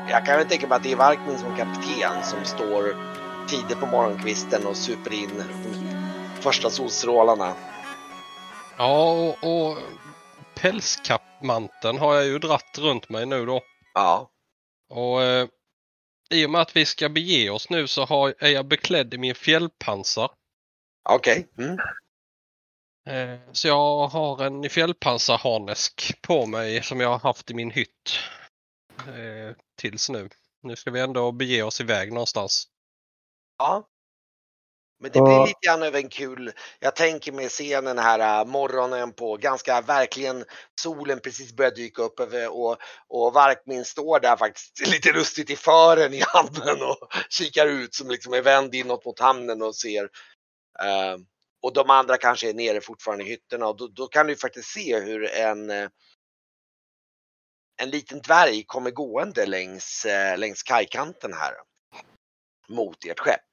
Jag kan väl tänka mig att det är Varkmin som kapten som står tidigt på morgonkvisten och super in de första solstrålarna. Ja, och pälskappmanteln har jag ju dratt runt mig nu då. Ja. Och i och med att vi ska bege oss nu så är jag beklädd i min fjällpansar. Okej. Så jag har en fjällpansarharnesk på mig som jag har haft i min hytt tills nu. Nu ska vi ändå bege oss iväg någonstans. Ja. Men det blir lite grann över en kul, jag tänker med scenen här morgonen på ganska verkligen solen precis börjar dyka upp över och Varkmin står där faktiskt lite lustigt i fören i handen och kikar ut som liksom är vänd inåt mot hamnen och ser och de andra kanske är nere fortfarande i hytterna och då kan du faktiskt se hur en liten dvärg kommer gående längs kajkanten här mot ert skepp.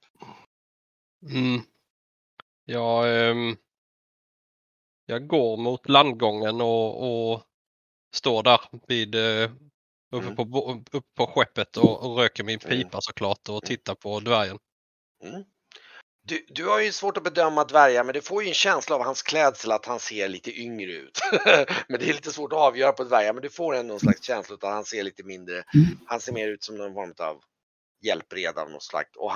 Jag går mot landgången och står där uppe på skeppet och röker min pipa såklart och tittar på dvärgen. Du har ju svårt att bedöma dvärgar, men du får ju en känsla av hans klädsel att han ser lite yngre ut. Men det är lite svårt att avgöra på dvärgar, men du får ändå någon slags känsla att han ser lite mindre. Han ser mer ut som någon form av hjälpreda av något slags. Och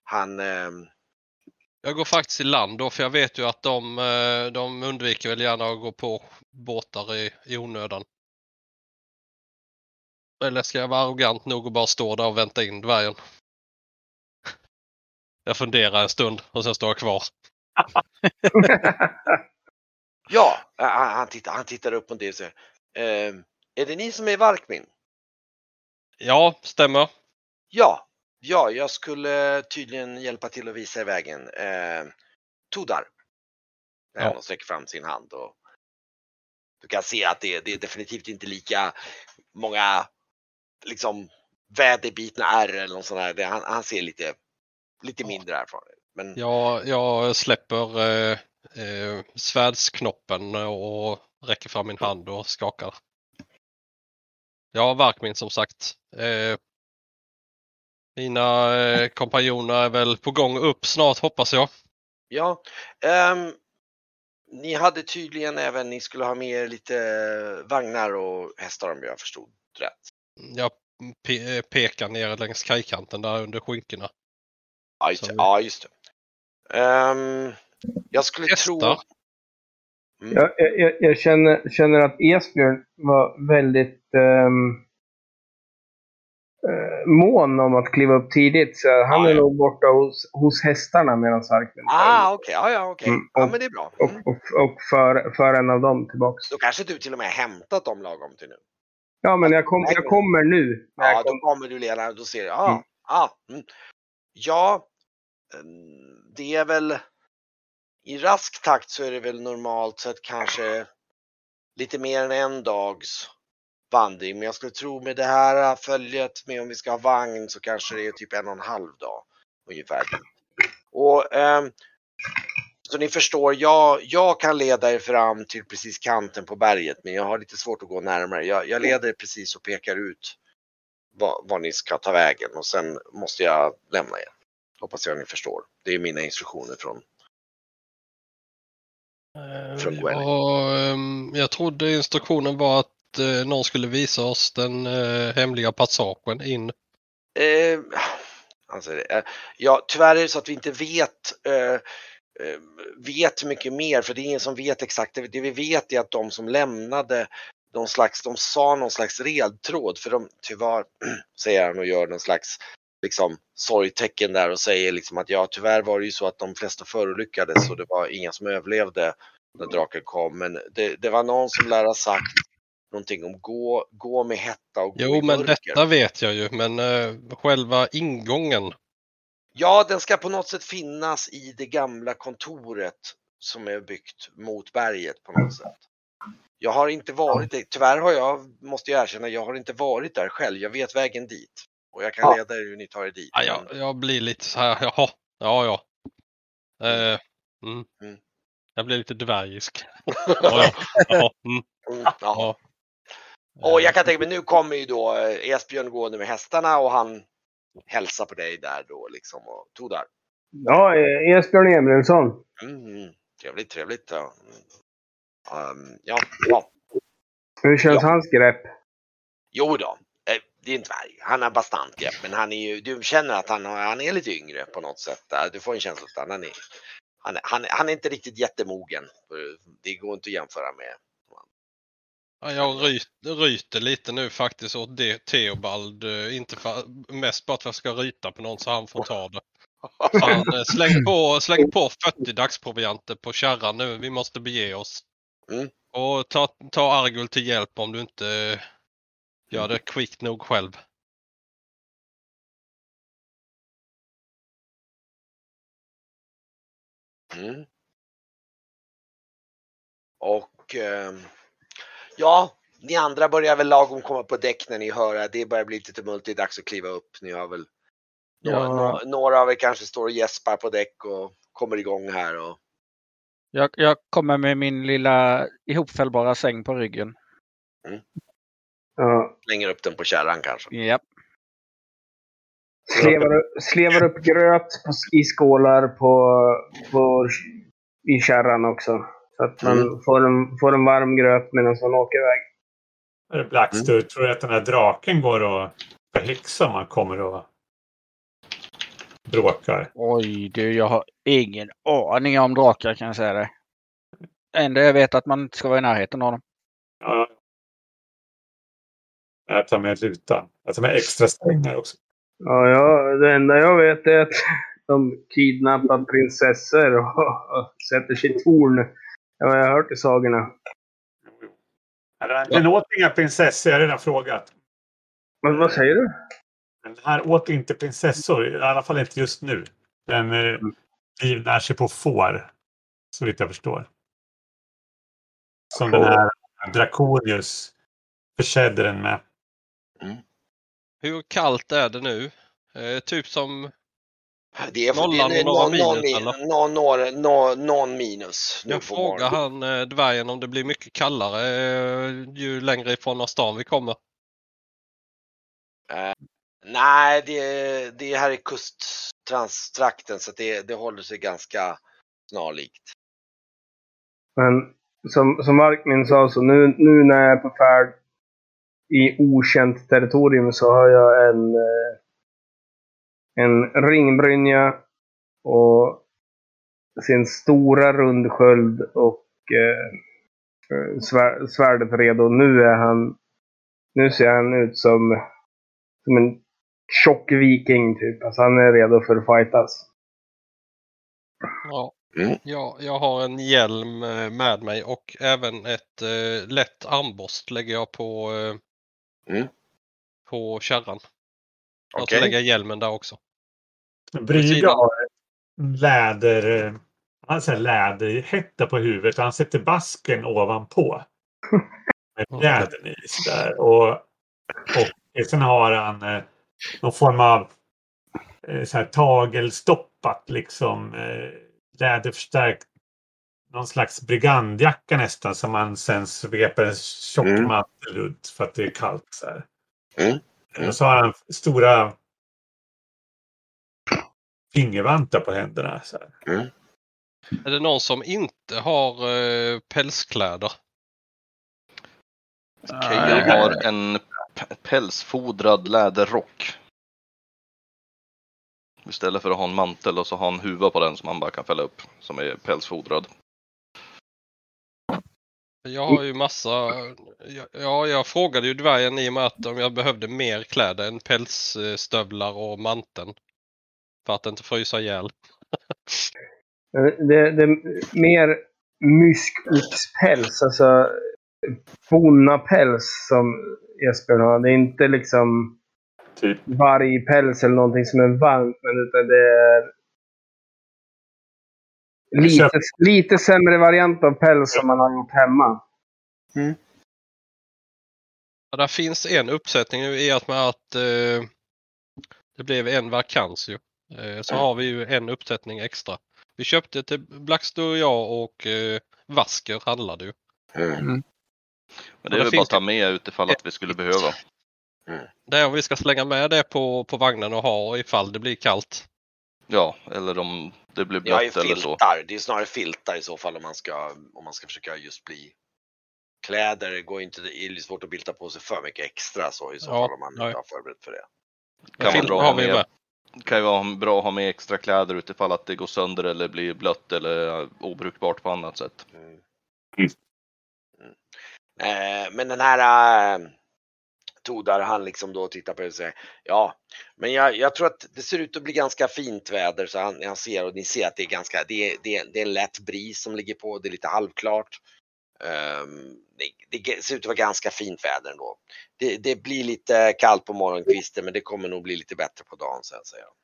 Jag går faktiskt i land då, för jag vet ju att de undviker väl gärna att gå på båtar i onödan. Eller ska jag vara arrogant nog och bara stå där och vänta in dvärgen? Jag funderar en stund och sen står jag kvar. Ja, han tittar upp på det och säger, är det ni som är Varkmin? Ja, stämmer. Ja, jag skulle tydligen hjälpa till att visa er vägen. Todar. Han sträcker fram sin hand och du kan se att det är definitivt inte lika många liksom väderbitna ärr eller något sånt där. Han ser lite mindre erfarenhet. Men jag släpper svärdsknoppen och räcker fram min hand och skakar. Ja, Varkmin som sagt. Mina kompanjoner är väl på gång upp snart, hoppas jag. Ja, ni hade tydligen även, ni skulle ha med lite vagnar och hästar om jag förstod rätt. Jag pekar ner längs kajkanten där under skinkorna. Ja, just det. Jag skulle hästar. tro... Jag känner att Esbjörn var väldigt mån om att kliva upp tidigt. Så han är nog borta hos hästarna medan Varkmin. Okej. Ja, men det är bra. Och för en av dem tillbaks. Då kanske du till och med hämtat dem lagom till nu. Ja, men jag kommer nu. Ja, då kommer du Lena. Då ser jag. Ja, det är väl i rask takt så är det väl normalt sett kanske lite mer än en dags vandring. Men jag skulle tro med det här följet med om vi ska ha vagn så kanske det är typ 1,5 dag ungefär. Och så ni förstår, jag kan leda er fram till precis kanten på berget, men jag har lite svårt att gå närmare. Jag leder er precis och pekar ut var ni ska ta vägen och sen måste jag lämna er. Hoppas jag ni förstår. Det är mina instruktioner från Gwen. Jag trodde instruktionen var att någon skulle visa oss den hemliga passagen in. Tyvärr är det så att vi inte vet mycket mer, för det är ingen som vet exakt. Det vi vet är att de som lämnade de sa någon slags redtråd, för de tyvärr säger han och gör någon slags liksom sorgtecken där och säger liksom att tyvärr var det ju så att de flesta förolyckades och det var inga som överlevde när draken kom, men det var någon som lär ha sagt någonting om gå med hetta och gå i mörker. Men detta vet jag ju, men själva ingången. Ja, den ska på något sätt finnas i det gamla kontoret som är byggt mot berget på något sätt. Jag har inte varit där. Tyvärr måste jag erkänna, jag har inte varit där själv. Jag vet vägen dit. Och jag kan leda er hur ni tar er dit. Ja, jag blir lite så här, ja. Jag blir lite dvärgisk. Ja. Och jag kan tänka mig, nu kommer ju då Esbjörn gående med hästarna och han hälsar på dig där då liksom och Todar. Ja, Esbjörn Emilsson. Trevligt. Ja. Ja. Hur känns hans grepp? Jo då, det är inte varg. Han har bastant grepp, men han är ju, du känner att han är lite yngre på något sätt. Där. Du får en känsla att han är inte riktigt jättemogen. Det går inte att jämföra med. Ja, jag ryter lite nu faktiskt åt det Theobald. Inte mest bara att jag ska ryta på någon så han får ta det. Han släng på 40 dagsprovianter på kärran nu. Vi måste bege oss. Och ta Argul till hjälp om du inte gör det kvickt nog själv. Och ja, ni andra börjar väl lagom komma på däck när ni hör att det börjar bli lite tumult. Det är dags att kliva upp. Ni har väl några av er kanske står och gäspar på däck och kommer igång här. Och... Jag kommer med min lilla ihopfällbara säng på ryggen. Slänger upp den på kärran kanske. Japp. Slevar upp gröt i skålar i kärran också. Så att man får en varm gröt medan man åker iväg. Blackstur, tror du att den här draken går att förhäxa om man kommer och bråkar? Oj, jag har ingen aning om drakar kan jag säga det. Ändå jag vet att man inte ska vara i närheten av dem. Ja. Jag tar med lutan. Jag tar med extra strängar också. Ja, det enda jag vet är att de kidnappar prinsessor och sätter sig i torn. Ja, jag har hört i sagorna. Den åt inga prinsessor, jag har redan frågat. Men vad säger du? Den här åt inte prinsessor, i alla fall inte just nu. Den livnär sig på får, så vitt jag förstår. Som den här Drakonius försedde den med. Hur kallt är det nu? Typ som det är någon minus. Jag frågar han dvärgen om det blir mycket kallare ju längre ifrån stan vi kommer. Nej, det här är kusttrakten så det håller sig ganska snarlikt. Men som Markmin sa, så nu när jag är på färd i okänt territorium så har jag en ringbrynja och sin stora rundsköld och svärdet redo. Nu ser han ut som en tjock viking typ. Alltså han är redo för att fightas. Ja. Jag har en hjälm med mig och även ett lätt armborst lägger jag på kärran. Och så lägger jag hjälmen där också. Brygga har läderhätta på huvudet och han sätter basken ovanpå. Med lädern i där. Och sen har han någon form av så här tagelstoppat liksom läderförstärkt någon slags brigandjacka nästan som man sen sveper en tjock mantel ut för att det är kallt så här. Och så har han stora fingervantar på händerna så här. Är det någon som inte har pälskläder? Okej, jag har en pälsfodrad läderrock. Istället för att ha en mantel och så ha en huva på den som man bara kan fälla upp. Som är pälsfodrad. Jag har ju massa... Jag frågade ju dvärgen i och med att om jag behövde mer kläder än pälsstövlar och manteln. För att inte frysa ihjäl. Det är mer myskoxpäls, alltså bonnapäls som Esbjörn har. Det är inte liksom typ vargpäls eller någonting som är varmt, men utan det är lite sämre variant av päls som man har gjort hemma. Ja, där finns en uppsättning nu i och med att det blev en vakans ju. Så har vi ju en uppsättning extra. Vi köpte till Blackstur, jag och Vasker handlade ju. Men det är väl bara att ta med utifall att vi skulle behöva. Det är om vi ska slänga med det på vagnen och ha ifall det blir kallt. Ja, eller om det blir Jag är blött eller så. filtar. Det är snarare filtar i så fall om man ska försöka just bli kläder. Går inte, det är svårt att bilda på sig för mycket extra så i så fall om man inte har förberett för det. Kan ju vara bra att ha med extra kläder utifall att det går sönder eller blir blött eller obrukbart på annat sätt. Men den här Todar, han liksom då tittar på det och säger ja, men jag tror att det ser ut att bli ganska fint väder så han ser och ni ser att det är ganska det är en lätt bris som ligger på, det är lite halvklart. Det ser ut att vara ganska fint väder ändå. Det blir lite kallt på morgonkvisten men det kommer nog bli lite bättre på dagen sen säger jag.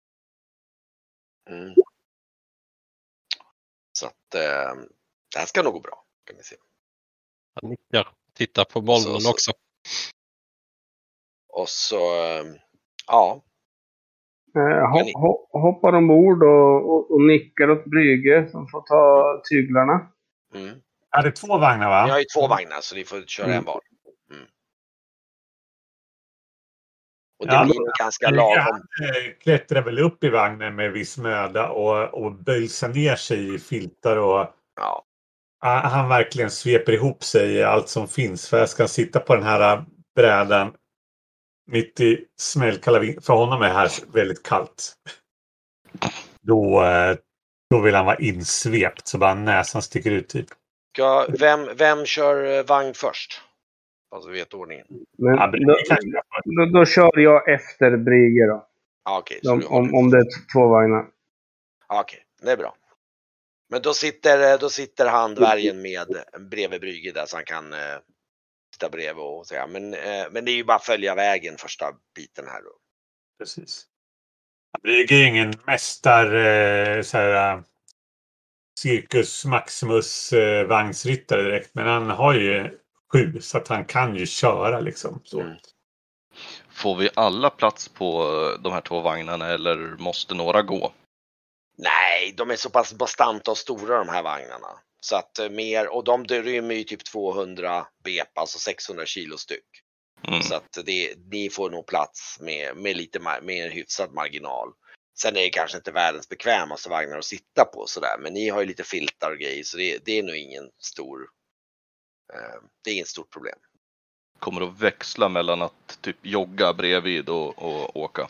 Så att det här ska nog gå bra kan ni se. Han nickar. Titta på molnen också. Och så ja. Hoppar ombord och nickar åt Brygge som får ta tyglarna. Är det 2 vagnar va? Vi har ju 2 vagnar så ni får köra en var. Och det blir nog ganska lagom. Han klättrar väl upp i vagnen med viss möda och böjsar ner sig i filtar och han verkligen sveper ihop sig i allt som finns. För jag ska sitta på den här brädan mitt i smällkalla vintern. För honom är här väldigt kallt. Då vill han vara insvept så bara näsan sticker ut typ. Vem kör vagn först? Alltså vet ordningen. Men då kör jag efter Brygge då. Okay, om det är 2 vagnar. Okej, det är bra. Men då sitter han dvärgen med bredvid Brygge där så han kan sitta bredvid och säga. Men det är ju bara att följa vägen första biten här då. Precis. Brygge är ingen mästar Circus Maximus vagnsryttare direkt. Men han har ju 7 så att han kan ju köra liksom. Så. Får vi alla plats på de här 2 vagnarna eller måste några gå? Nej, de är så pass bastanta och stora de här vagnarna. Så att och de rymmer ju typ 200 BP, alltså 600 kilo styck. Så att ni får nog plats med en hyfsad marginal. Sen är det kanske inte världens bekvämaste vagnar att sitta på sådär. Men ni har ju lite filtar och grejer så det är nog ingen stor... det är inget stort problem. Kommer att växla mellan att typ jogga bredvid och åka?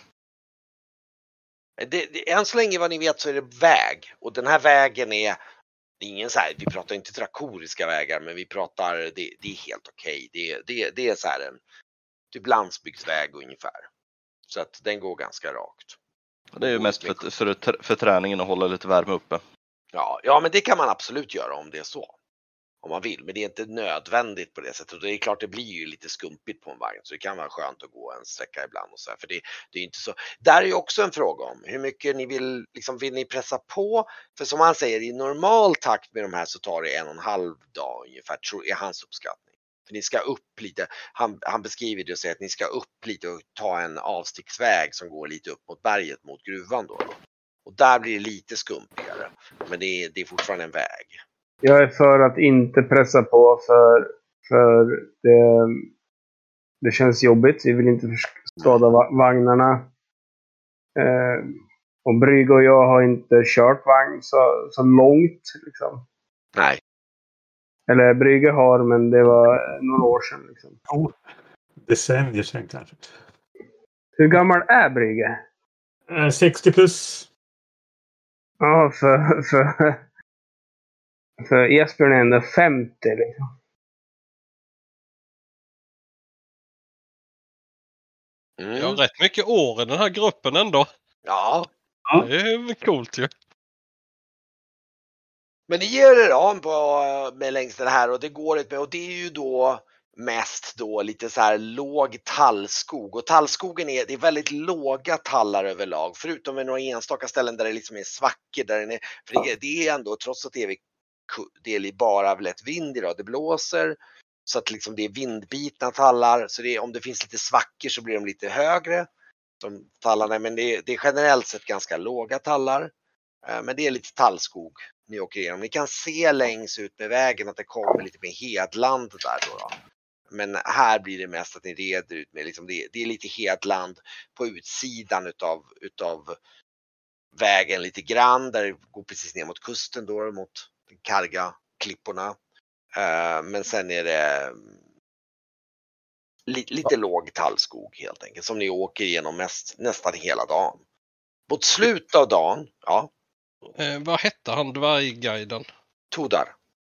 Än så länge vad ni vet så är det väg. Och den här vägen är ingen så här, vi pratar inte trakoriska vägar men vi pratar, det är helt okej. Det är så här en typ landsbygdsväg ungefär. Så att den går ganska rakt. Det är ju mest för träningen att hålla lite värme uppe. Ja, men det kan man absolut göra om det är så. Om man vill, men det är inte nödvändigt på det sättet. Och det är klart det blir ju lite skumpigt på en vagn så det kan vara skönt att gå en sträcka ibland och så här, för det är inte så. Där är ju också en fråga om hur mycket ni vill ni pressa på, för som han säger i normal takt med de här så tar det 1,5 dag ungefär, tror är hans uppskattning. För ni ska upp lite, han beskriver det och säger att ni ska upp lite och ta en avsticksväg som går lite upp mot berget mot gruvan då. Och där blir det lite skumpigare, men det är fortfarande en väg. Jag är för att inte pressa på för det känns jobbigt. Vi vill inte skada vagnarna. Och Brygge och jag har inte kört vagn så långt. Liksom. Nej. Eller Brygge har, men det var några år sedan. Liksom. Decennier sedan kanske. Hur gammal är Brygge? 60 plus. Ja, för Esbjörn är ändå 50 liksom. Jag har rätt mycket år i den här gruppen ändå. Ja. Det är coolt ju. Men det ger er an med längs den här och det går ett med, och det är ju då mest då lite så här låg tallskog, och tallskogen det är väldigt låga tallar överlag, förutom vid några enstaka ställen där det liksom är svackor där den är, för det är ändå, trots att det är bara lätt vind idag, det blåser så att liksom det är vindbitna tallar, så om det finns lite svackor så blir de lite högre som tallarna, men det är generellt sett ganska låga tallar. Men det är lite tallskog ni åker igenom. Ni kan se längs ut med vägen att det kommer lite mer hedland där då. Men här blir det mest att ni reder ut med liksom det är lite hedland på utsidan utav vägen lite grann där det går precis ner mot kusten då mot karga klipporna. Men sen är det lite låg tallskog helt enkelt som ni åker igenom nästan hela dagen. Mot slutet av dagen, ja. Vad hette han dvärgguiden? Todar.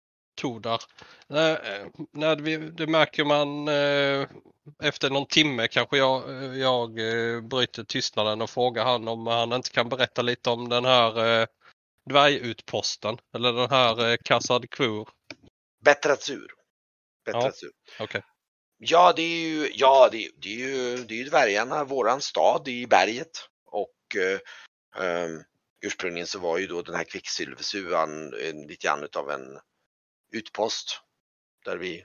Det märker man efter någon timme kanske jag bryter tystnaden och frågar han om han inte kan berätta lite om den här dvärgutposten eller den här Kasad Kvur. Betratsur. Okej. Ja, det är ju dvärgarna, våran stad i berget och ursprungligen så var ju då den här kvicksilversuvan lite grann utav en utpost där vi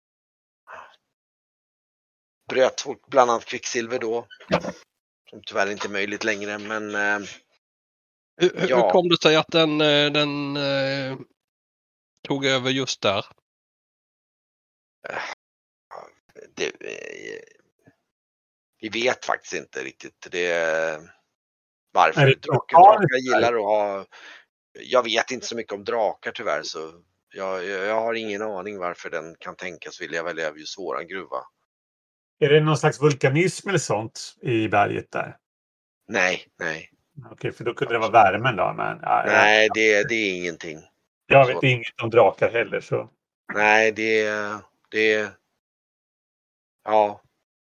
bröt bland annat kvicksilver då. Som tyvärr inte är möjligt längre, men hur kom det sig att den tog över just där? Vi vet faktiskt inte riktigt varför. Nej, Drakar gillar att ha. Jag vet inte så mycket om drakar tyvärr, så jag har ingen aning varför den kan tänkas vilja välja just våran gruva. Är det någon slags vulkanism eller sånt i berget där? Nej. Okej, för då kunde det vara värmen då. Men, nej, det är ingenting. Jag vet inget om drakar heller. Så. Nej, det ja.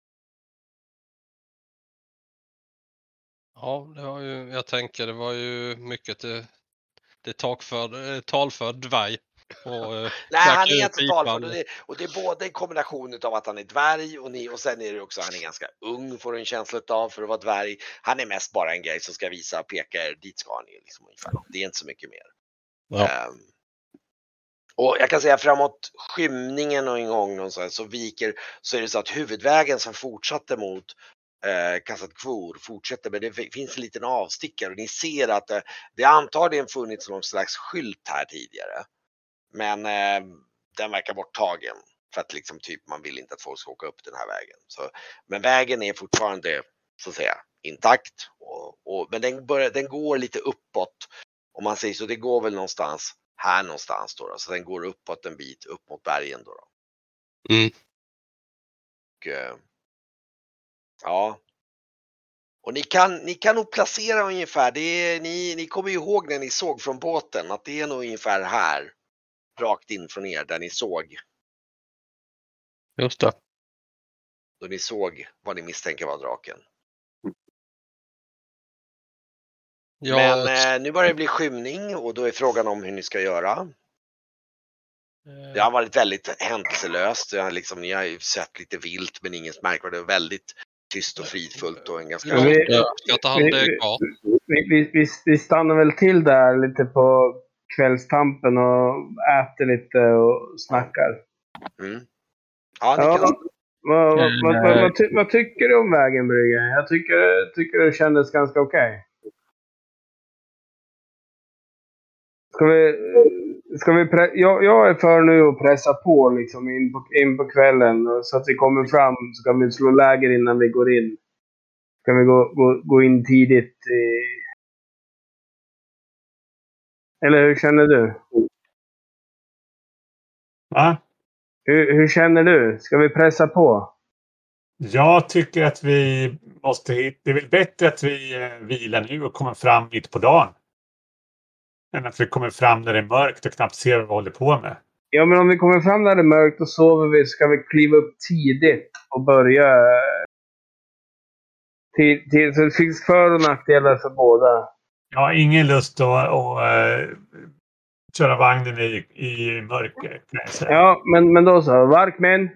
Ja, det var ju, jag tänker det var ju mycket det talför dvärg. Nej, han är inte talför. Och det är både en kombination av att han är dvärg och sen är det också han är ganska ung, får en känsla av för att vara dvärg. Han är mest bara en grej som ska visa, peka er, dit ska ni liksom ungefär. Det är inte så mycket mer. Ja. Och jag kan säga framåt skymningen och en gång någonstans så är det så att huvudvägen som fortsatte mot Kasad Kvur fortsätter, men det finns en liten avstickare och ni ser att det antagligen funnits någon slags skylt här tidigare. Men den verkar borttagen för att liksom typ man vill inte att folk ska åka upp den här vägen. Så, men vägen är fortfarande så att säga intakt men den går lite uppåt om man säger så. Det går väl någonstans här någonstans då. Så den går uppåt en bit upp mot bergen då. Mm. Och, ja. Och ni kan nog placera ungefär, ni kommer ihåg när ni såg från båten att det är nog ungefär här, rakt in från er där ni såg. Just det. Då ni såg vad ni misstänker var draken. Ja, men nu börjar det bli skymning och då är frågan om hur ni ska göra. Det har varit väldigt händelselöst. Ni har ju sett lite vilt men inget märkvärdigt. Det är väldigt tyst och fridfullt och en ganska... Vi stannar väl till där lite på kvällstampen och äter lite och snackar. Mm. Ja, det kan... Vad tycker du om vägen, Brygge? Jag tycker det kändes ganska okej. Jag är för nu att pressa på liksom in på kvällen så att vi kommer fram, så kan vi slå läger innan vi går in. Kan vi gå in tidigt eller hur känner du? Va? Hur känner du? Ska vi pressa på? Jag tycker att vi måste hit. Det är väl bättre att vi vilar nu och kommer fram mitt på dagen. Än att vi kommer fram när det är mörkt och knappt ser vad vi håller på med. Ja, men om vi kommer fram när det är mörkt och sover vi, ska vi kliva upp tidigt och börja så det finns för- och nackdelar för båda. Jag har ingen lust att köra vagnen i mörker, kan jag säga. Ja, men då så. Varkmen.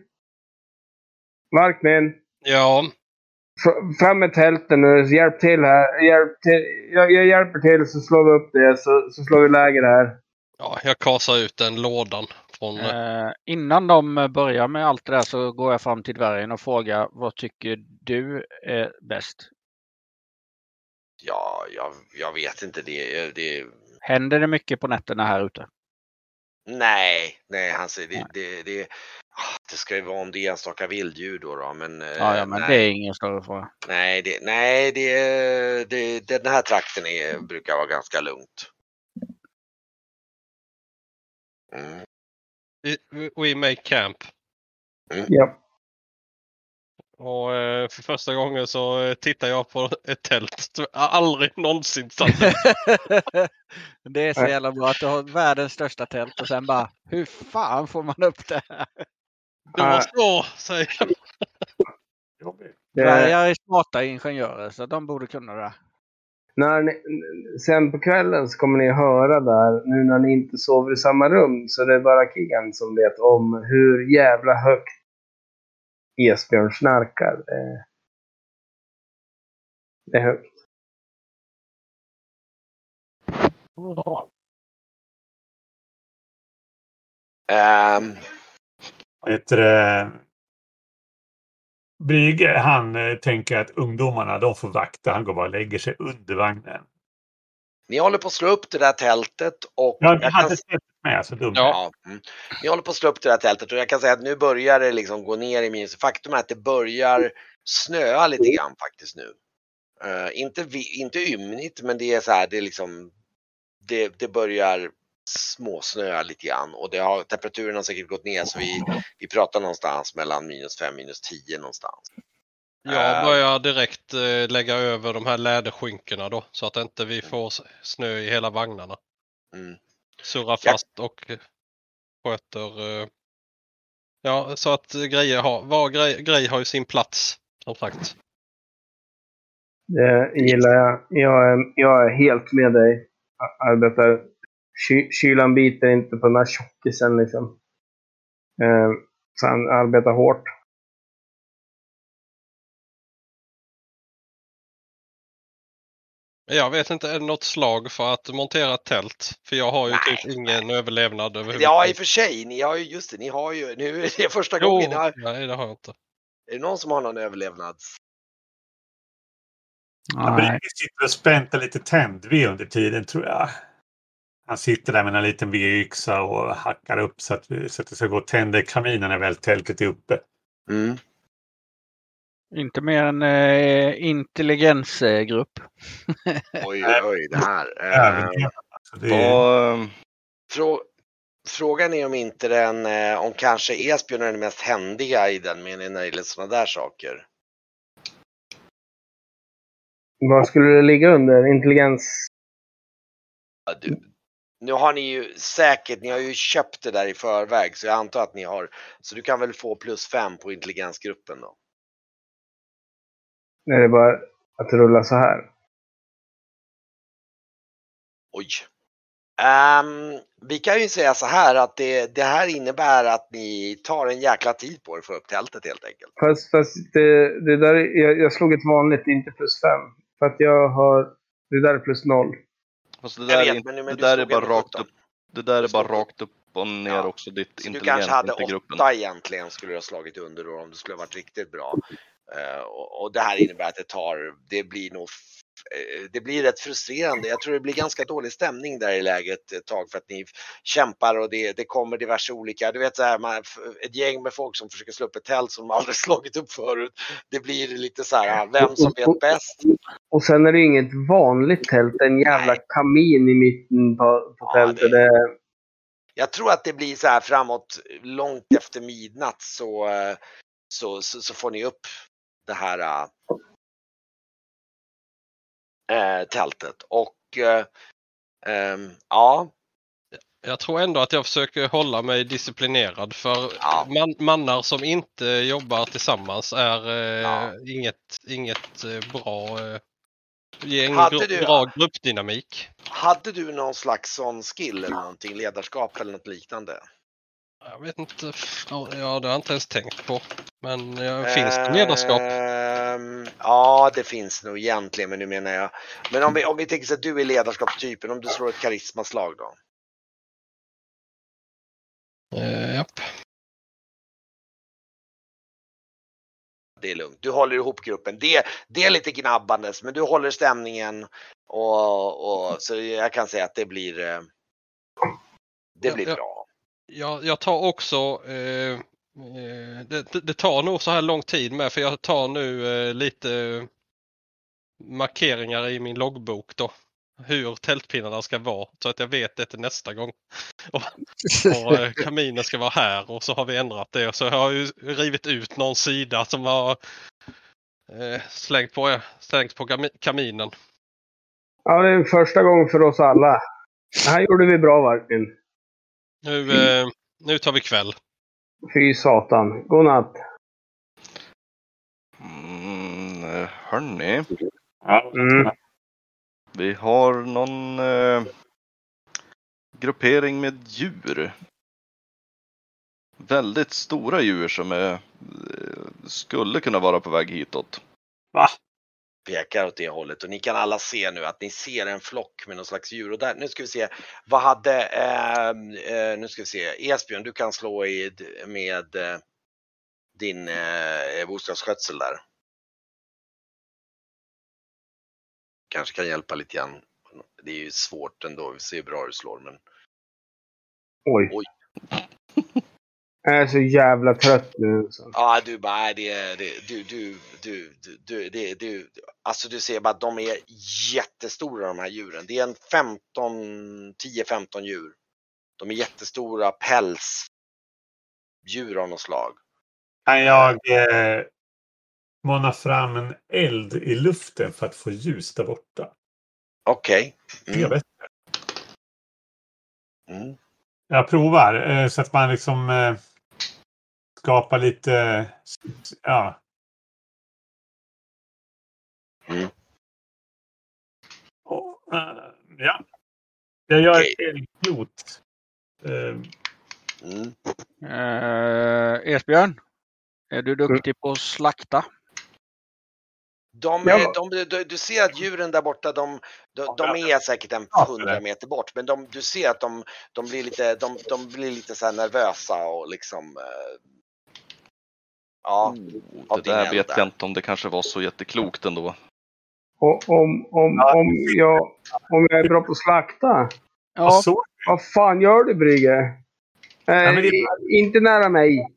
Ja. Fram med tälten nu. Hjälp till här. Jag hjälper till så slår vi upp det. Så slår vi läger här. Ja, jag kasar ut den lådan. Innan de börjar med allt det där så går jag fram till dvärgen och frågar vad tycker du är bäst? Ja, jag vet inte. Det Händer det mycket på nätterna här ute? nej, han säger det ska ju vara om det är enstaka vilddjur då, men Ja, men nej. det är ingen större fråga. Den här trakten brukar vara ganska lugnt. Mm. We make camp. Ja. Och för första gången så tittar jag på ett tält. Jag har aldrig någonsin satt Det är så jävla bra att du har världens största tält och sen bara, hur fan får man upp det här? Det var så, säger jag. Dvärgar är smarta ingenjörer så de borde kunna det. Sen på kvällen så kommer ni höra där, nu när ni inte sover i samma rum, så det är bara Kian som vet om hur jävla högt Esbjörn snarkar. Det är högt. Brygge, han tänker att ungdomarna, de får vakta. Han går bara och lägger sig under vagnen. Ni håller på att slå upp det där tältet och... Ja, vi hade tältet med, så dumt. Ja. Ni håller på att slå upp det där tältet och jag kan säga att nu börjar det liksom gå ner i minus. Faktum är att det börjar snöa lite grann faktiskt nu. Inte ymnigt, men det är så här, det är liksom... Det börjar småsnöa lite grann och temperaturen har säkert gått ner så vi pratar någonstans mellan -5 och -10 någonstans. Jag börjar direkt lägga över de här läderskynkorna då så att inte vi får snö i hela vagnarna. Surra fast och sköter så att var grej har ju sin plats som sagt. Det gillar jag. Jag är helt med dig. Arbetar. Kylan biter inte på den här tjockisen liksom. Så han arbetar hårt. Jag vet inte, är det något slag för att montera ett tält? För jag har ju typ ingen överlevnad överhuvudtaget. Ja, i och för sig. Ni har ju, just det, ni har ju, nu är det första gången. Nej, det har jag inte. Är det någon som har någon överlevnad? Brygge sitter och späntar lite tändved under tiden, tror jag. Han sitter där med en liten vedyxa och hackar upp så att det ska gå och tända i kaminen när väl tältet är uppe. Inte mer än intelligensgrupp. Oj, det här. Frågan är om inte om kanske Esbjörn är den mest händiga i den meningen när det gäller sådana där saker. Vad skulle det ligga under? Intelligens? Nu har ni ju ni har ju köpt det där i förväg så jag antar att ni har, så du kan väl få +5 på intelligensgruppen då. Är det bara att rulla så här? Oj. Vi kan ju säga så här att det här innebär att ni tar en jäkla tid på er för upp tältet helt enkelt. Fast det där, jag slog ett vanligt, inte +5. För att det där är +0. Fast det där är bara rakt upp. Det där är bara rakt upp och ner också ditt så intelligens. Du kanske hade i gruppen. 8 egentligen skulle du ha slagit under då, om det skulle ha varit riktigt bra. Och det här innebär att det blir rätt frustrerande. Jag tror det blir ganska dålig stämning där i läget ett tag för att ni kämpar och det kommer diverse olika, du vet så här, ett gäng med folk som försöker slå upp ett tält som de aldrig slagit upp förut. Det blir lite så här, vem som vet bäst. Och sen är det inget vanligt tält, en jävla kamin i mitten på tältet. Jag tror att det blir så här framåt långt efter midnatt så får ni upp det här tältet och Jag tror ändå att jag försöker hålla mig disciplinerad för mannar som inte jobbar tillsammans är inget bra bra gruppdynamik. Hade du någon slags sån skill eller någonting, ledarskap eller något liknande? Jag vet inte. Ja, det har jag inte ens tänkt på. Men finns det ledarskap? Ja, det finns nog egentligen, men nu menar jag. Men om vi tänker så att du är ledarskapstypen, om du slår ett karismaslag då? Japp. det är lugnt. Du håller ihop gruppen. Det är lite gnabbandes, men du håller stämningen och så jag kan säga att det blir bra. Jag tar också det tar nog så här lång tid med, för jag tar nu lite markeringar i min loggbok då. Hur tältpinnarna ska vara, så att jag vet det till nästa gång. Och kaminen ska vara här, och så har vi ändrat det. Och så har jag ju rivit ut någon sida som har slängt på kaminen. Ja, det är första gången för oss alla. Det här gjorde vi bra, Varken. Nu tar vi kväll. Fy satan. God natt. Hörni. Vi har någon gruppering med djur. Väldigt stora djur som skulle kunna vara på väg hitåt. Va? Pekar åt det hållet, och ni kan alla se nu att ni ser en flock med någon slags djur. Och där, nu ska vi se, vad hade nu ska vi se, Esbjörn, du kan slå med din bostadsskötsel där. Kanske kan hjälpa lite grann. Det är ju svårt ändå, vi ser hur bra du slår, men Oj. Oj. Jag är så jävla trött nu. Så. Ja, du bara, alltså du ser bara att de är jättestora, de här djuren. Det är en 10-15 djur. De är jättestora pälsdjur av något slag. Kan jag måna fram en eld i luften för att få ljus där borta? Okej. Jag vet. Mm. Jag provar så att man liksom skapar lite, ja. Mm. Och, ja. Jag gör ett eldklot. Esbjörn, är du duktig på att slakta? Du ser att djuren där borta, de är säkert en 100 meter bort, men du ser att de blir lite så här nervösa och liksom Det där vet jag inte om det kanske var så jätteklokt ändå. Om jag är bra på att slakta? Ja. Vad fan gör du, Brygge? Inte nära mig.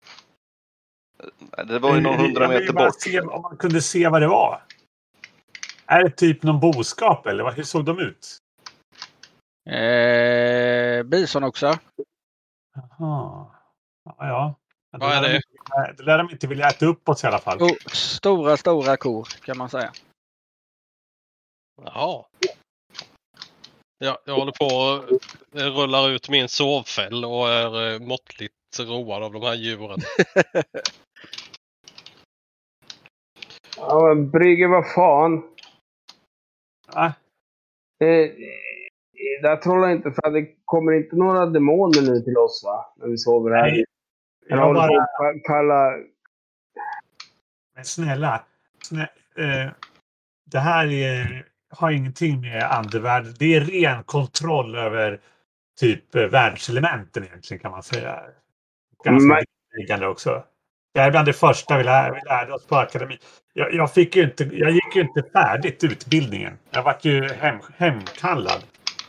Det var ju någon 100 meter bort. Se om man kunde se vad det var. Är det typ någon boskap eller hur såg de ut? Bison också. Jaha. Ja. Vad är det? Det lär de inte vilja äta upp oss i alla fall. Stora kor kan man säga. Jaha. Ja, jag håller på och rullar ut min sovfäll och är måttligt road av de här djuren. Ja, men Brygge, vad fan? Jag tror inte, för det kommer inte några demoner nu till oss, va? När vi sover här. Nej. Jag håller på att kalla... Men snälla. Det här har ingenting med andevärld. Det är ren kontroll över typ världselementen egentligen, kan man säga. Ganska grundläggande också. Det är bland det första vi lärde oss på akademin. Jag gick ju inte färdigt utbildningen. Jag var ju hemkallad.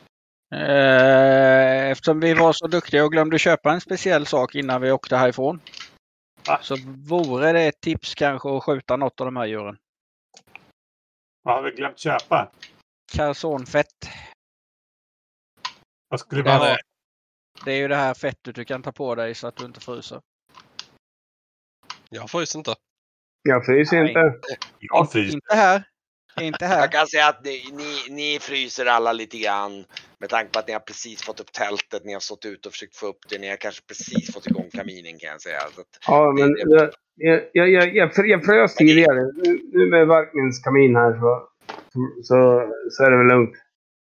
Eftersom vi var så duktiga och glömde köpa en speciell sak innan vi åkte härifrån. Så vore det ett tips kanske att skjuta något av de här djuren. Vad har vi glömt köpa? Kalsonfett. Vad skulle det vara? Det är ju det här fettet du kan ta på dig så att du inte fryser. Jag fryser inte. Jag fryser inte. Jag fryser. Inte här. Jag kan säga att ni fryser alla lite grann med tanke på att ni har precis fått upp tältet, ni har stått ut och försökt få upp det, ni har kanske precis fått igång kaminen, kan jag säga. Så att ja, men jag frös tidigare. Nu med Varkmins kamin här så är det väl lugnt.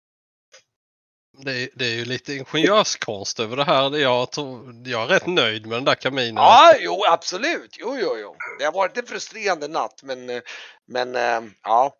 Det är ju lite ingenjörskonst över det här. Jag är rätt nöjd med den där kaminen. Ja, jo, absolut. Jo. Det har varit en frustrerande natt, men ja.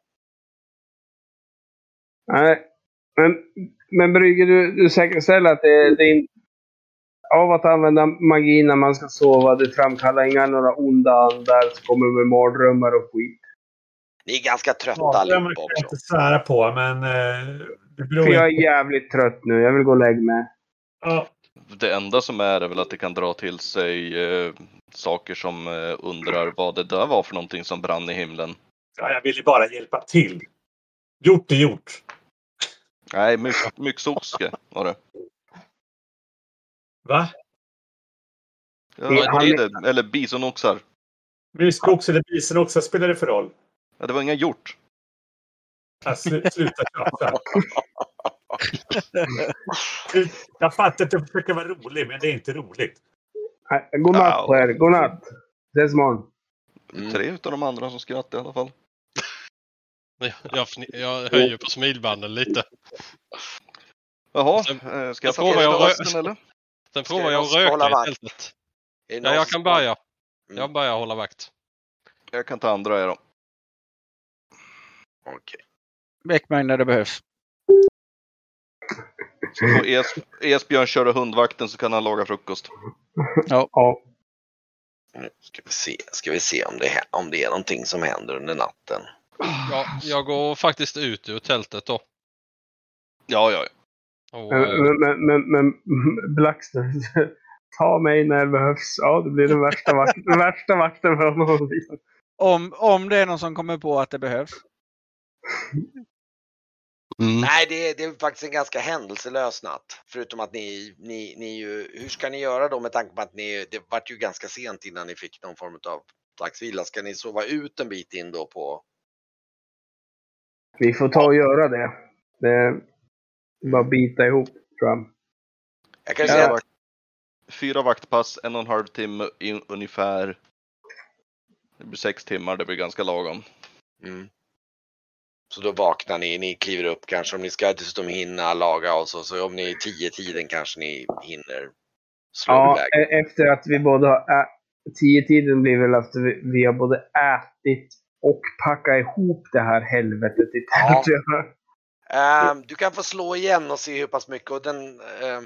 Nej, men Brygge, du säkerställer att av att använda magi när man ska sova. Det framkallar inga några onda andar som kommer med mardrömmar och skit. Ni är ganska trötta Ja, det allihopa kan jag också. inte svära på, men det beror För jag är inte. jävligt trött nu. Jag vill gå och lägga mig. Ja, Det enda som är väl att det kan dra till sig saker som undrar vad det där var för någonting som brann i himlen. ja, jag vill ju bara hjälpa till. Gjort är gjort. Nej, myxoxke var det. Va? Ja, Han- det är det. Eller bisonoxar. Myskox eller bisen också, spelar det för roll? Ja, det var inga hjort. Sluta tjata. Jag fattar att du försöker vara rolig, men det är inte roligt. Nej, godnatt på er. Godnatt. Ses imorgon. 3 utav de andra som skrattade i alla fall. Jag höjer på smilbanden lite. Jaha, Sen- ska jag provar ta jag på rö- hösten eller? Sen Ska provar vi jag också att hålla röka i vakt? tältet. Är det Ja, någon jag som kan börja. Mm. Jag börjar hålla vakt. Jag kan ta andra då. Okej. Väck mig när det behövs. Så får Esbjörn köra hundvakten så kan han laga frukost. Ja. Nu ska vi se om det är någonting som händer under natten. Ja, jag går faktiskt ut ur tältet då. Ja. Och, Men Blackster, ta mig när det behövs. Ja, det blir den värsta vakten för honom. Om det är någon som kommer på att det behövs. Nej, det är faktiskt en ganska händelselös natt. Förutom att ni ju, hur ska ni göra då med tanke på att det vart ju ganska sent innan ni fick någon form av dagsvila. Ska ni sova ut en bit in då på? Vi får ta och göra det. Det är bara bita ihop, tror jag. Jag kan säga att 4 vaktpass, 1,5 timme ungefär. Det blir 6 timmar, det blir ganska lagom. Så då vaknar ni kliver upp kanske om ni ska dessutom hinna laga och så om ni är 10-tiden kanske ni hinner slå Ja, iväg. efter att vi både har 10-tiden blir väl efter vi har både ätit och packat ihop det här helvetet i tältet. Du kan få slå igen och se hur pass mycket och den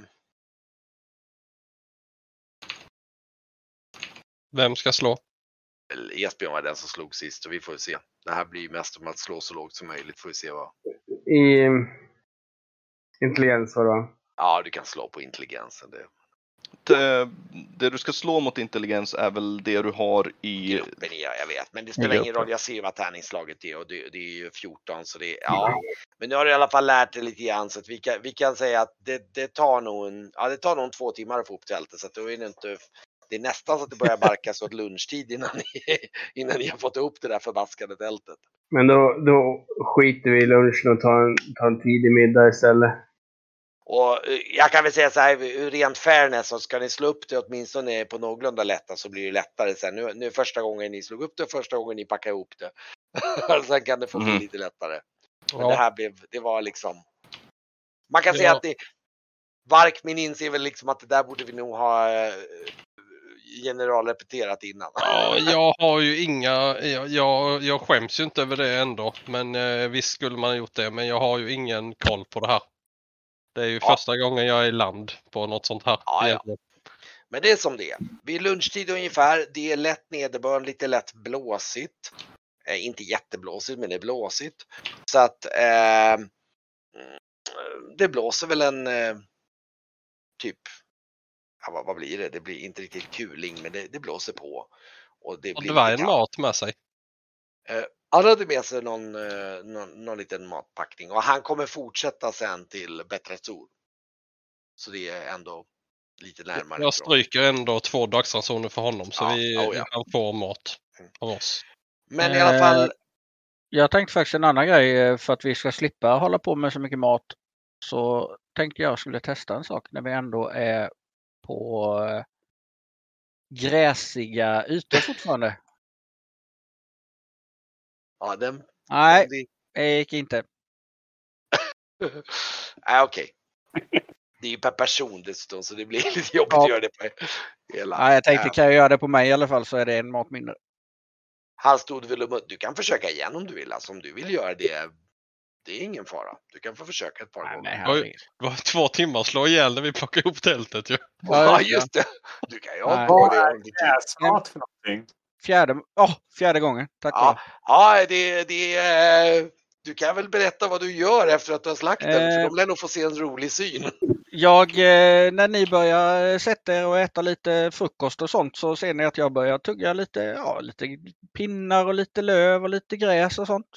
vem ska slå? Esbjörn var den som slog sist och vi får se. Det här blir mest om att slå så lågt som möjligt, får vi se vad. I intelligens var det, va? Ja, du kan slå på intelligensen. Det du ska slå mot intelligens är väl det du har i... Gruppen jag vet, men det spelar ingen roll. Jag ser ju vad tärningsslaget är och det är ju 14 så det är, ja. Men nu har du i alla fall lärt dig lite grann så att vi kan säga att det tar nog 2 timmar att få upp tältet så att då är det inte. Det är nästan så att det börjar barkas åt lunchtid innan ni har fått ihop det där förbaskade tältet. Men då skiter vi i lunchen och tar en tidig middag istället. Och jag kan väl säga så här, rent fairness så ska ni slå upp det åtminstone på någorlunda lätta så blir det lättare sen. Nu är första gången ni slog upp det och första gången ni packar ihop det. Sen kan det få bli lite lättare. Men Ja. det var liksom. Man kan säga att Varkmin inser väl liksom att det där borde vi nog ha generalrepeterat innan. Ja, jag har ju jag skäms ju inte över det ändå. Men visst skulle man ha gjort det. Men jag har ju ingen koll på det här. Det är ju första gången jag är i land på något sånt här. Ja. Men det är som det är. Vid lunchtid ungefär. Det är lätt nederbörd, lite lätt blåsigt. Inte jätteblåsigt, men det är blåsigt. Så att det blåser väl en typ. Ja, vad blir det? Det blir inte riktigt kuling, men det blåser på. Och det blir var lite en mat med sig. Han hade med sig någon liten matpackning och han kommer fortsätta sen till Betrezur. Så det är ändå lite närmare. Jag stryker ändå 2 dagsransoner för honom så vi kan få mat av oss. Men i alla fall. Jag tänkte faktiskt en annan grej för att vi ska slippa hålla på med så mycket mat. Så tänkte jag skulle testa en sak när vi ändå är på gräsiga ytor fortfarande. Ja, Nej, det gick inte. Nej, okej. Det är ju per person dessutom så det blir lite jobbigt att göra det på hela. Nej, jag tänkte kan jag göra det på mig i alla fall så är det en mat mindre. Han stod väl och du kan försöka igen om du vill. Alltså om du vill göra det det är ingen fara. Du kan få försöka ett par Nej, gånger. men herregud. Det var 2 timmar att slå ihjäl när vi plockade ihop tältet ju. Ja, just det. Du kan ju ha Nej. på det om du tycker. Gräsmat för någonting. Fjärde gången. Tack för Ja, ja du kan väl berätta vad du gör efter att du har slaktat den, för de lär nog få se en rolig syn. När ni börjar sätta er och äta lite frukost och sånt så ser ni att jag börjar tugga lite pinnar och lite löv och lite gräs och sånt.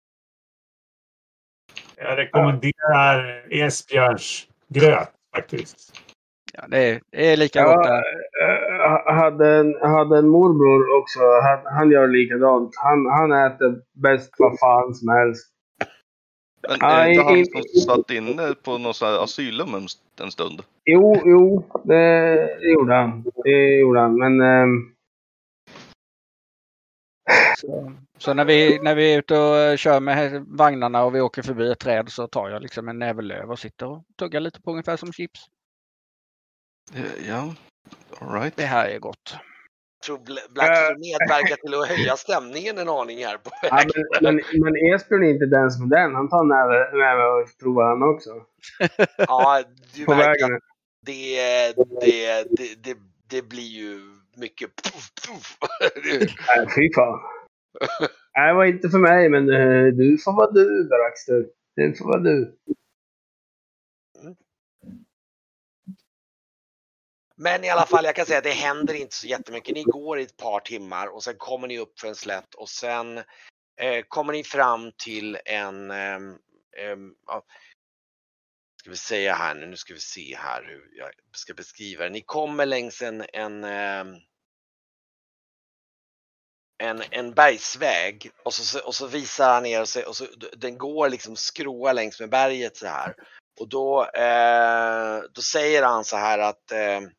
Jag rekommenderar Esbjörns gröt faktiskt. Ja, det är lika gott där. Hade en morbror också. Han gör likadant. Han äter bäst vad fan som helst. Men är det inte han som satt inne på någon sån här asylum en stund? Jo, det gjorde han. Men Så när vi är ute och kör med vagnarna och vi åker förbi ett träd så tar jag liksom en näve löv och sitter och tuggar lite på ungefär som chips. Ja, all right. Det här är gott. Jag tror Black medverkar till att höja stämningen en aning här på vägen. men Esbjörn är inte den som är den. Han tar näve och provar han också. Ja, du På märker vägen. att det blir ju mycket puff. Nej, fy fan. Det var inte för mig, men du får vara du, Braxter. Du får vara du. Men i alla fall, jag kan säga att det händer inte så jättemycket. Ni går i ett par timmar och sen kommer ni upp för en slätt och sen kommer ni fram till en ska vi säga här nu ska vi se här hur jag ska beskriva det. Ni kommer längs en bergsväg och så visar han er och så den går liksom skråa längs med berget så här. Och då säger han så här att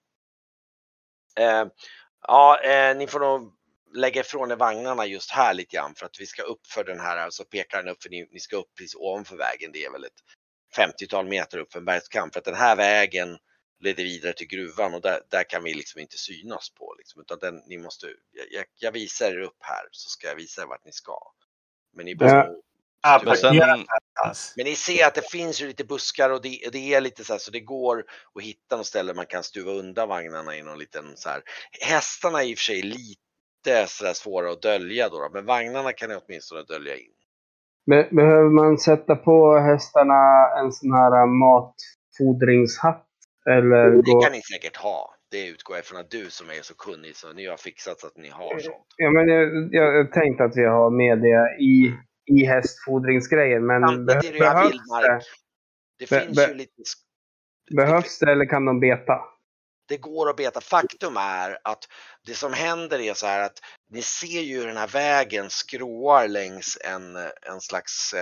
ni får nog lägga ifrån er vagnarna just här lite grann för att vi ska upp för den här, så pekar han upp för ni ska upp precis ovanför vägen. Det är väl ett 50-tal meter upp för en bergskam, för att den här vägen leder vidare till gruvan och där kan vi liksom inte synas på liksom, utan ni måste, jag visar er upp här så ska jag visa er vart ni ska. Men ni behöver men ni ser att det finns ju lite buskar och det är lite så här, så det går att hitta något ställe man kan stuva undan vagnarna i någon liten så här. Hästarna är i och för sig lite så där svåra att dölja då, men vagnarna kan ni åtminstone dölja in. Behöver man sätta på hästarna en sån här matfodringshatt? Eller det kan ni säkert ha. Det utgår jag från att du som är så kunnig så ni har fixat så att ni har sånt. Ja, men jag tänkte att vi har med det i hästfodringsgrejen, men det finns ju lite. Behövs det eller kan de beta? Det går att beta. Faktum är att det som händer är så här att ni ser ju den här vägen skråar längs en slags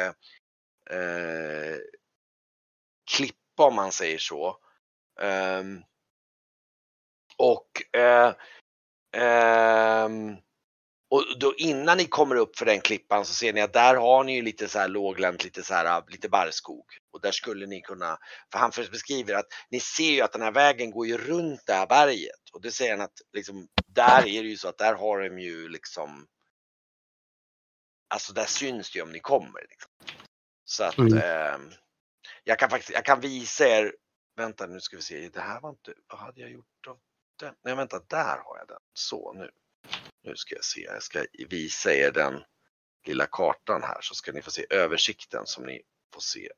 klippa om man säger så. Och då innan ni kommer upp för den klippan så ser ni att där har ni ju lite så här låglänt, lite barrskog. Och där skulle ni kunna, för han beskriver att ni ser ju att den här vägen går ju runt det här berget. Och det säger han att liksom, där är det ju så att där har de ju liksom, alltså där syns det ju om ni kommer liksom. Så att jag kan visa er, vänta nu ska vi se, det här var inte, vad hade jag gjort av den? Nej vänta, där har jag den, så nu ska jag se, jag ska visa er den lilla kartan här så ska ni få se översikten som ni får se.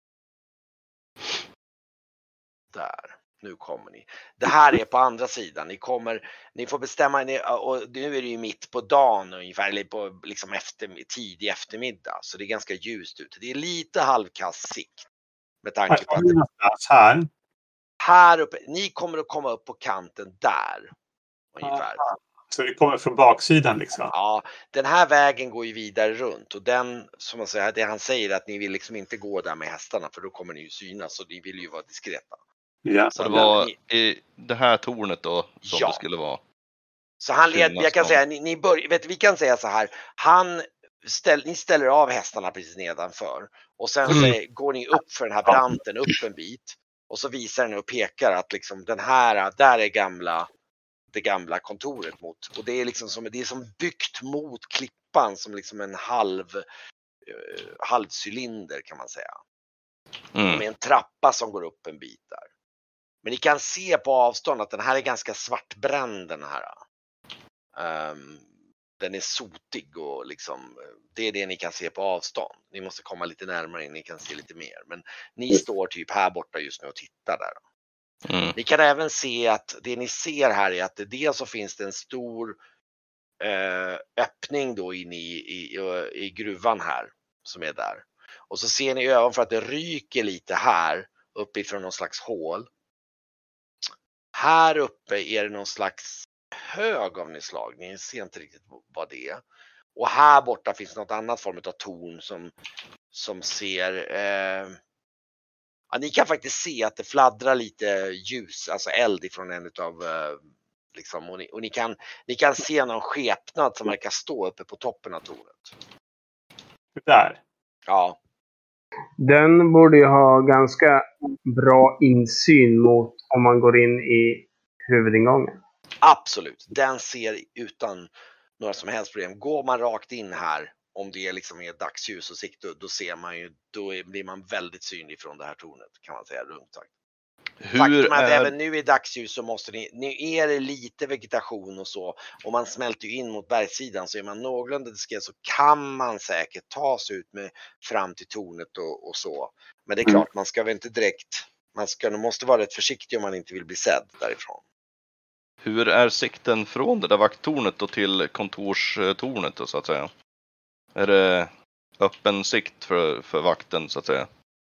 Där, nu kommer ni. Det här är på andra sidan, ni får bestämma, och nu är det ju mitt på dagen ungefär, eller på liksom tidig eftermiddag, så det är ganska ljust ute. Det är lite halvkass sikt. Med tanke på att här uppe, ni kommer att komma upp på kanten där ungefär. Så det kommer från baksidan liksom? Ja, den här vägen går ju vidare runt och den, som man säger, det han säger att ni vill liksom inte gå där med hästarna för då kommer ni ju synas och ni vill ju vara diskreta. Ja. Så det var i det här tornet då som det skulle vara? Så jag kan säga, vi kan säga så här, ni ställer av hästarna precis nedanför och sen går ni upp för den här branten upp en bit och så visar den och pekar att liksom den här, där är det gamla kontoret mot, och det är liksom det är som byggt mot klippan som liksom en halv halvcylinder kan man säga. Mm. Med en trappa som går upp en bit där. Men ni kan se på avstånd att den här är ganska svartbränd den här. Den är sotig och liksom, det är det ni kan se på avstånd. Ni måste komma lite närmare in, ni kan se lite mer. Men ni står typ här borta just nu och tittar där. Mm. Ni kan även se att det ni ser här är att dels så finns det en stor öppning då in i gruvan här som är där. Och så ser ni ovanför att det ryker lite här uppifrån någon slags hål. Här uppe är det någon slags hög av nedslag. Ni ser inte riktigt vad det är. Och här borta finns något annat form av torn som ser... ja, ni kan faktiskt se att det fladdrar lite ljus, alltså eld ifrån en utav... liksom, och ni kan se någon skepnad som verkar stå uppe på toppen av tornet. Där. Ja. Den borde ju ha ganska bra insyn mot om man går in i huvudingången. Absolut, den ser utan några som helst problem. Går man rakt in här, om det liksom är dagsljus och sikt, då ser man ju, blir man väldigt synlig från det här tornet kan man säga runt sagt. Faktum är att även nu i dagsljus så måste ni är det lite vegetation och så, och man smälter ju in mot bergssidan, så är man någorlunda diskret så kan man säkert ta sig ut fram till tornet och så. Men det är klart, man ska väl inte direkt, måste vara rätt försiktig om man inte vill bli sedd därifrån. Hur är sikten från det där vakttornet då till kontorstornet då, så att säga? Är det öppen sikt för vakten så att säga?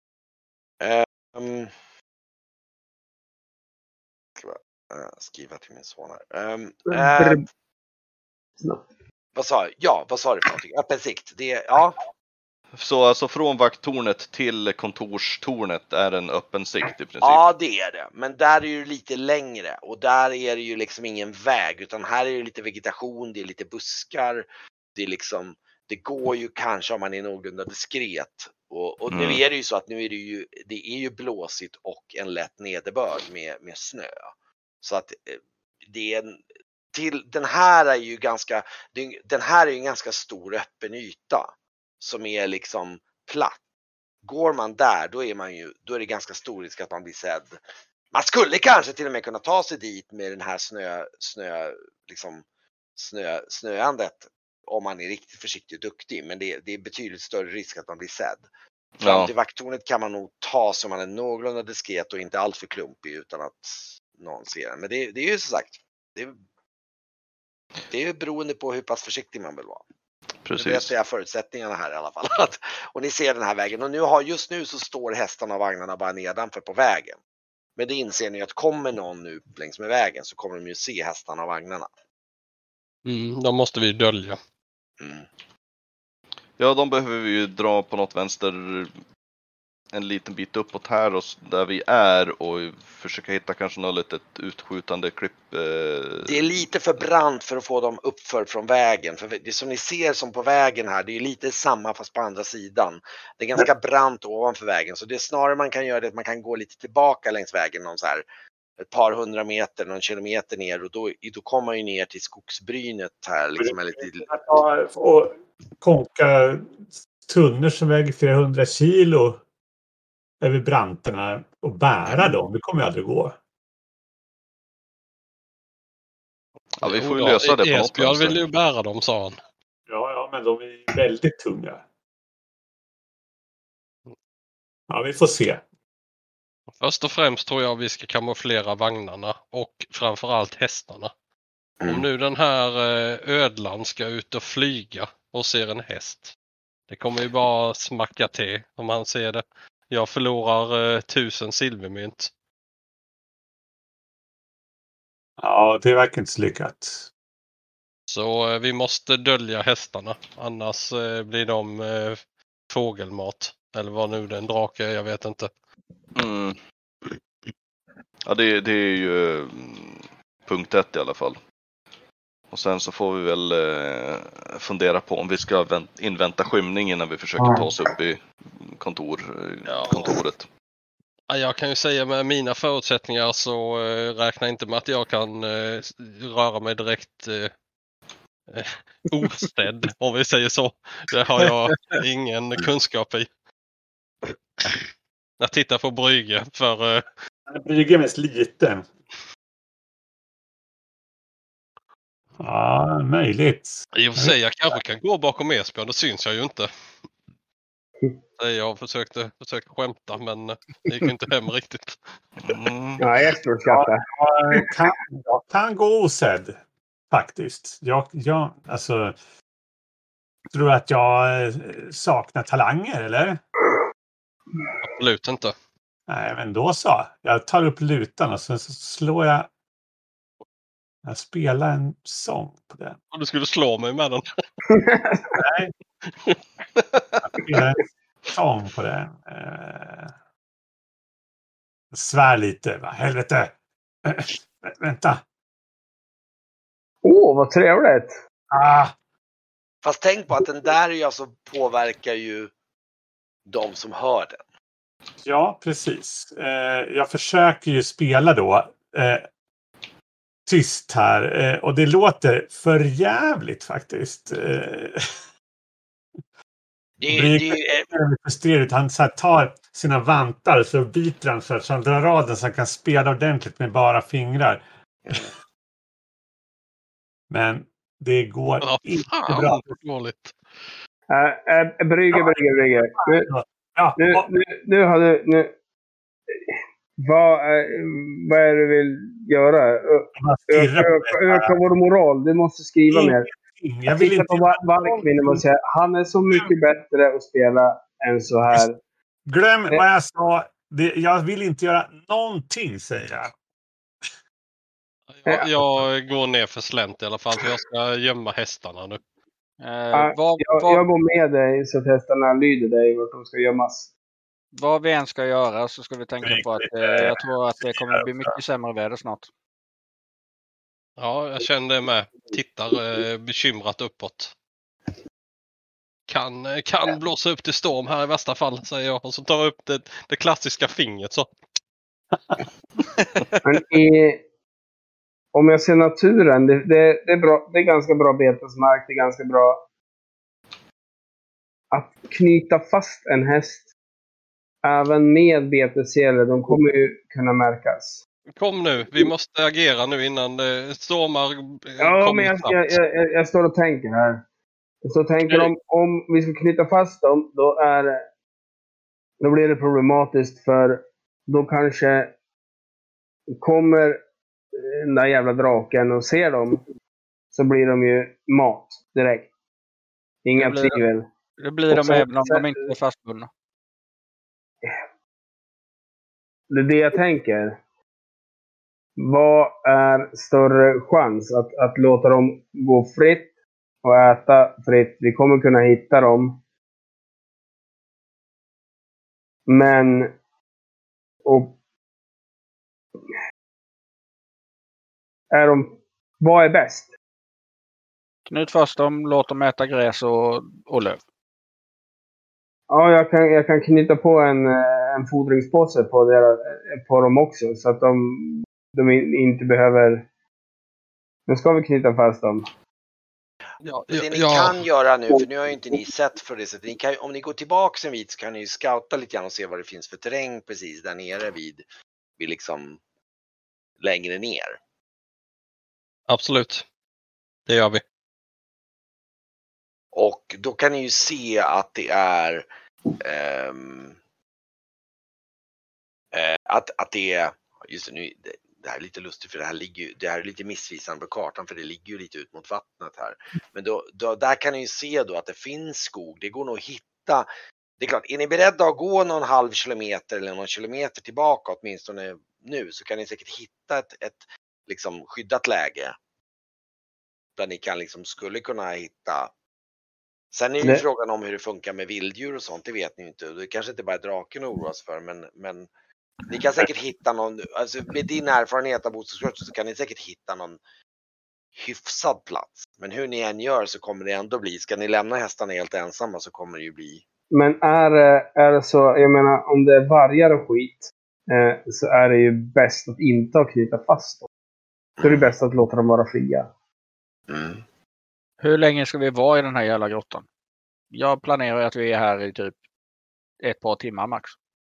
Skriva till min son här. Vad sa du för någonting? Öppen sikt. Ja. Så alltså från vakttornet till kontorstornet är en öppen sikt i princip? Ja, det är det. Men där är ju lite längre och där är det ju liksom ingen väg, utan här är det lite vegetation, det är lite buskar. Det är liksom, det går ju kanske om man är någorlunda diskret. Och nu är det ju så att det är ju blåsigt och en lätt nederbörd med snö. Så att den här är ju en ganska stor öppen yta som är liksom platt. Går man där, då är det ganska stor risk att man blir sedd. Man skulle kanske till och med kunna ta sig dit med den här snöandet om man är riktigt försiktig och duktig, men det är betydligt större risk att man blir sedd. Fram till vakttornet kan man nog ta så man är någorlunda diskret och inte allt för klumpig utan att någon ser den. Men det är ju så sagt, det är ju beroende på hur pass försiktig man vill vara. Precis. Nu vet jag förutsättningarna här i alla fall. Och ni ser den här vägen. Och just nu så står hästarna och vagnarna bara nedanför på vägen. Men det inser ni att kommer någon nu längs med vägen så kommer de ju se hästarna och vagnarna. De måste vi dölja. Ja, de behöver vi ju dra på något vänster en liten bit uppåt här och där vi är och försöka hitta kanske något litet utskjutande klipp. Det är lite för brant för att få dem uppför från vägen. För det som ni ser som på vägen här, det är lite samma fast på andra sidan. Det är ganska brant ovanför vägen, så det snarare man kan göra det att man kan gå lite tillbaka längs vägen någon så här ett par 100 meter, någon kilometer ner, och då kommer man ju ner till skogsbrynet här liksom, och konka tunnor som väger 400 kilo över branterna och bära dem, det kommer ju aldrig gå. Ja, vi får ju lösa det på något sätt. Jag vill ju bära dem, sa han. Ja, men de är väldigt tunga. Ja, vi får se. Först och främst tror jag vi ska kamouflera vagnarna och framförallt hästarna. Om nu den här ödlan ska ut och flyga och ser en häst, det kommer ju bara smacka till om han ser det. Jag förlorar 1000 silvermynt. Ja, det verkar inte så lyckat. Så vi måste dölja hästarna, annars blir de fågelmat. Eller vad nu den drake är, jag vet inte. Ja, det är ju punkt 1 i alla fall. Och sen så får vi väl fundera på om vi ska invänta skymning innan vi försöker ta oss upp i kontoret. Ja, jag kan ju säga med mina förutsättningar så räknar inte med att jag kan röra mig direkt osedd, om vi säger så. Det har jag ingen kunskap i. Jag tittar på Brygge för... Brygge är mest liten. Ja, möjligt. I och för sig, jag kanske kan gå bakom Esbjörn, då syns jag ju inte. Jag försökte skämta, men det gick inte hem riktigt. Ja, Esbjörn skrattar. Jag kan gå osedd, faktiskt. Jag alltså... Tror du att jag saknar talanger, eller? Absolut inte. Nej, men då så. Jag tar upp lutan och sen så slår jag... Jag spelar en sång på den. Och du skulle slå mig med den. Nej. Jag spelar en sång på den. Svär lite, va? Helvete. Vänta. Vad trevligt. Fast tänk på att den där ju alltså påverkar ju de som hör den. Ja, precis. Jag försöker ju spela då tyst här. Och det låter för jävligt faktiskt. Det är frustrerad. Han så här tar sina vantar så biter han så att han drar av den så han kan spela ordentligt med bara fingrar. Men det går inte bra. Dåligt. Brygge. Nu har du... Vad är det du vill göra? Öka vår moral. Du måste skriva mer. Jag vill inte på Valkmin och säga han är så mycket bättre att spela än så här. Glöm vad jag sa. Jag vill inte göra någonting, säger jag. Jag går ner för slänt i alla fall, för jag ska gömma hästarna nu. Jag går med dig så att hästarna lyder dig vart de ska gömmas. Vad vi än ska göra så ska vi tänka på att jag tror att det kommer bli mycket sämre väder snart. Ja, jag kände det med. Tittar bekymrat uppåt. Kan blåsa upp till storm här i värsta fall, säger jag. Och så tar jag upp det klassiska fingret så. Men om jag ser naturen, det är bra, det är ganska bra betesmark, det är ganska bra att knyta fast en häst även med betesselar, de kommer ju kunna märkas. Kom nu, vi måste agera nu innan det stormar. Ja, men jag står och tänker här. Jag står och tänker om vi ska knyta fast dem, då blir det problematiskt, för då kanske kommer den där jävla draken och ser dem, så blir de ju mat direkt. Inga tvivel. Det blir de även om de inte är fastbundna. Det är det jag tänker. Vad är större chans? Att låta dem gå fritt och äta fritt. Vi kommer kunna hitta dem. Men vad är bäst? Knut fast dem, låt dem äta gräs och löv. Ja, jag kan knyta på en fodringspåse på dem också, så att de inte behöver... Nu ska vi knyta fast dem. Det ni kan göra nu, för nu har ju inte ni sett för det sättet. Om ni går tillbaka en bit så kan ni ju scouta lite grann och se vad det finns för terräng precis där nere vid liksom längre ner. Absolut. Det gör vi. Och då kan ni ju se att det är att det är just nu, det här är lite lustigt, för det här är lite missvisande på kartan, för det ligger ju lite ut mot vattnet här. Men då där kan ni ju se då att det finns skog. Det går nog att hitta. Det är klart, är ni beredda att gå någon halv kilometer eller någon kilometer tillbaka åtminstone nu, så kan ni säkert hitta ett liksom skyddat läge där ni kan skulle kunna hitta. Sen är ju frågan om hur det funkar med vilddjur och sånt, det vet ni inte. Det kanske inte bara är draken att oroas för, men ni kan säkert hitta någon, alltså med din erfarenhet av boskapsskötsel så kan ni säkert hitta någon hyfsad plats. Men hur ni än gör så kommer det ändå bli, ska ni lämna hästarna helt ensamma så kommer det ju bli. Men är det så, jag menar, om det är vargar och skit, så är det ju bäst att inte knyta fast dem. Så är det bäst att låta dem vara fria. Hur länge ska vi vara i den här jävla grottan? Jag planerar att vi är här i typ ett par timmar max.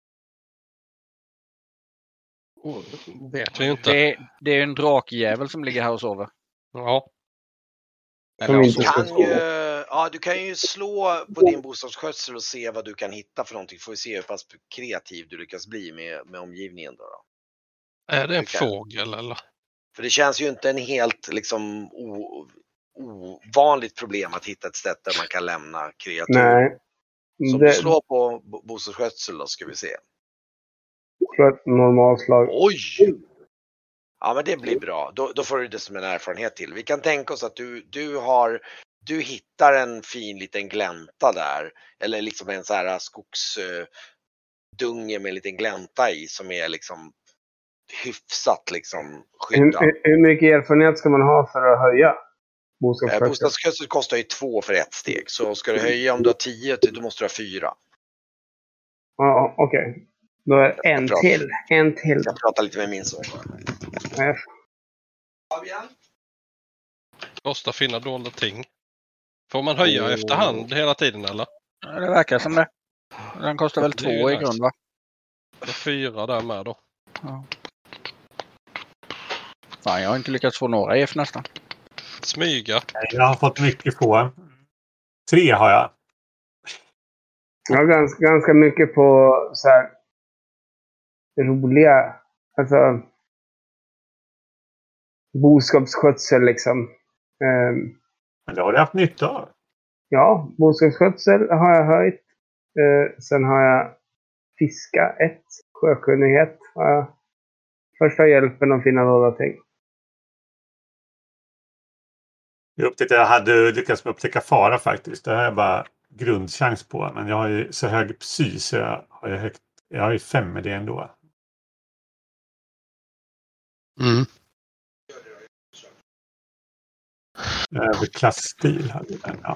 Vet vi inte. Det är en drakjävel som ligger här och sover. Ja. Som Eller inte ska Ja, du kan ju slå på din bostadsskötsel och se vad du kan hitta för någonting. Får vi se hur pass kreativ du lyckas bli med omgivningen då. Är det en Du kan. fågel eller? För det känns ju inte en helt liksom ovanligt problem att hitta ett ställe där man kan lämna kreatur. Nej. Så om du slår på bostadsskötsel då ska vi se. För ett normalslag. Oj! Ja, men det blir bra. Då får du det som en erfarenhet till. Vi kan tänka oss att du hittar en fin liten glänta där. Eller liksom en så här skogsdunge med en liten glänta i som är liksom hyfsat liksom skyddad. Hur mycket erfarenhet ska man ha för att höja bostadsskötsel? Bostadsskötsel kostar ju 2 för ett steg. Så ska du höja om du har 10, då måste du ha 4. Ja, okej. Då är en till. Jag pratar lite med min son. Ja. Fabian? Kostar finna dolda ting. Får man höja efterhand hela tiden eller? Ja, det verkar som det. Den kostar väl 2 i grund va? Det är 4 där med då. Ja. Fan, jag har inte lyckats få några EF nästan. Smyga. Jag har fått mycket på. 3 har jag. Jag har ganska mycket på så här roliga, alltså boskapsskötsel liksom. Men det har du haft nytta av. Ja, boskapsskötsel har jag höjt. Sen har jag fiska 1. Sjökunnighet har jag. Första hjälpen att finna dolda ting. Jag upptäckte att jag hade lyckats med att upptäcka fara faktiskt. Det här är bara grundchans på. Men jag har ju så hög psy så jag har ju 5 med det ändå. Mm. Överklassstil hade den, ja.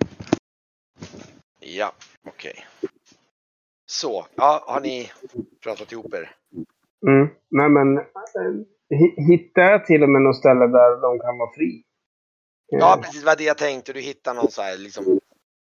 Ja, okej. Så, ja, har ni pratat ihop er? Nej men hittar jag till och med något ställe där de kan vara fri? Ja, precis vad det jag tänkte. Du hittar någon så här liksom.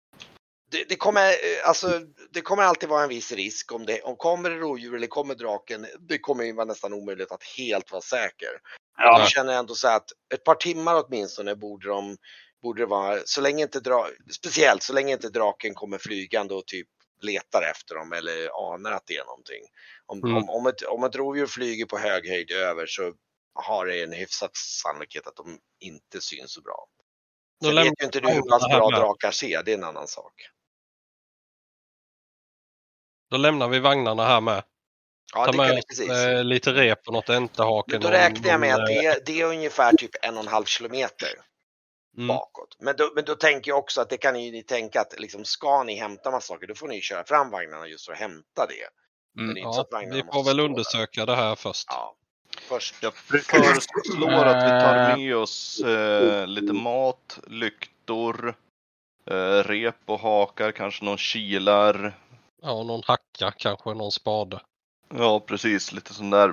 Det kommer alltid vara en viss risk om kommer det rådjur eller kommer draken. Det kommer ju vara nästan omöjligt att helt vara säker. Ja. Jag känner ändå så att ett par timmar åtminstone borde det vara, så länge inte draken kommer flygande och typ letar efter dem eller anar att det är någonting. Om ett rovdjur flyger på hög höjd över så har det en hyfsat sannolikhet att de inte syns så bra. Sen vet ju inte du hur pass bra drakar ser, det är en annan sak. Då lämnar vi vagnarna här med. Ja, Ta det med kan vi precis. lite rep och något enterhaken. Då räknar jag med att det är ungefär typ 1,5 kilometer bakåt. Men då tänker jag också att det kan ni tänka att liksom, ska ni hämta massa saker, då får ni köra fram vagnarna just för att hämta det. Vi får väl undersöka det här först. Ja. Först. Jag föreslår att vi tar med oss lite mat, lyktor, rep och hakar, kanske någon kilar. Ja, någon hacka, kanske någon spade. Ja, precis. Lite sån där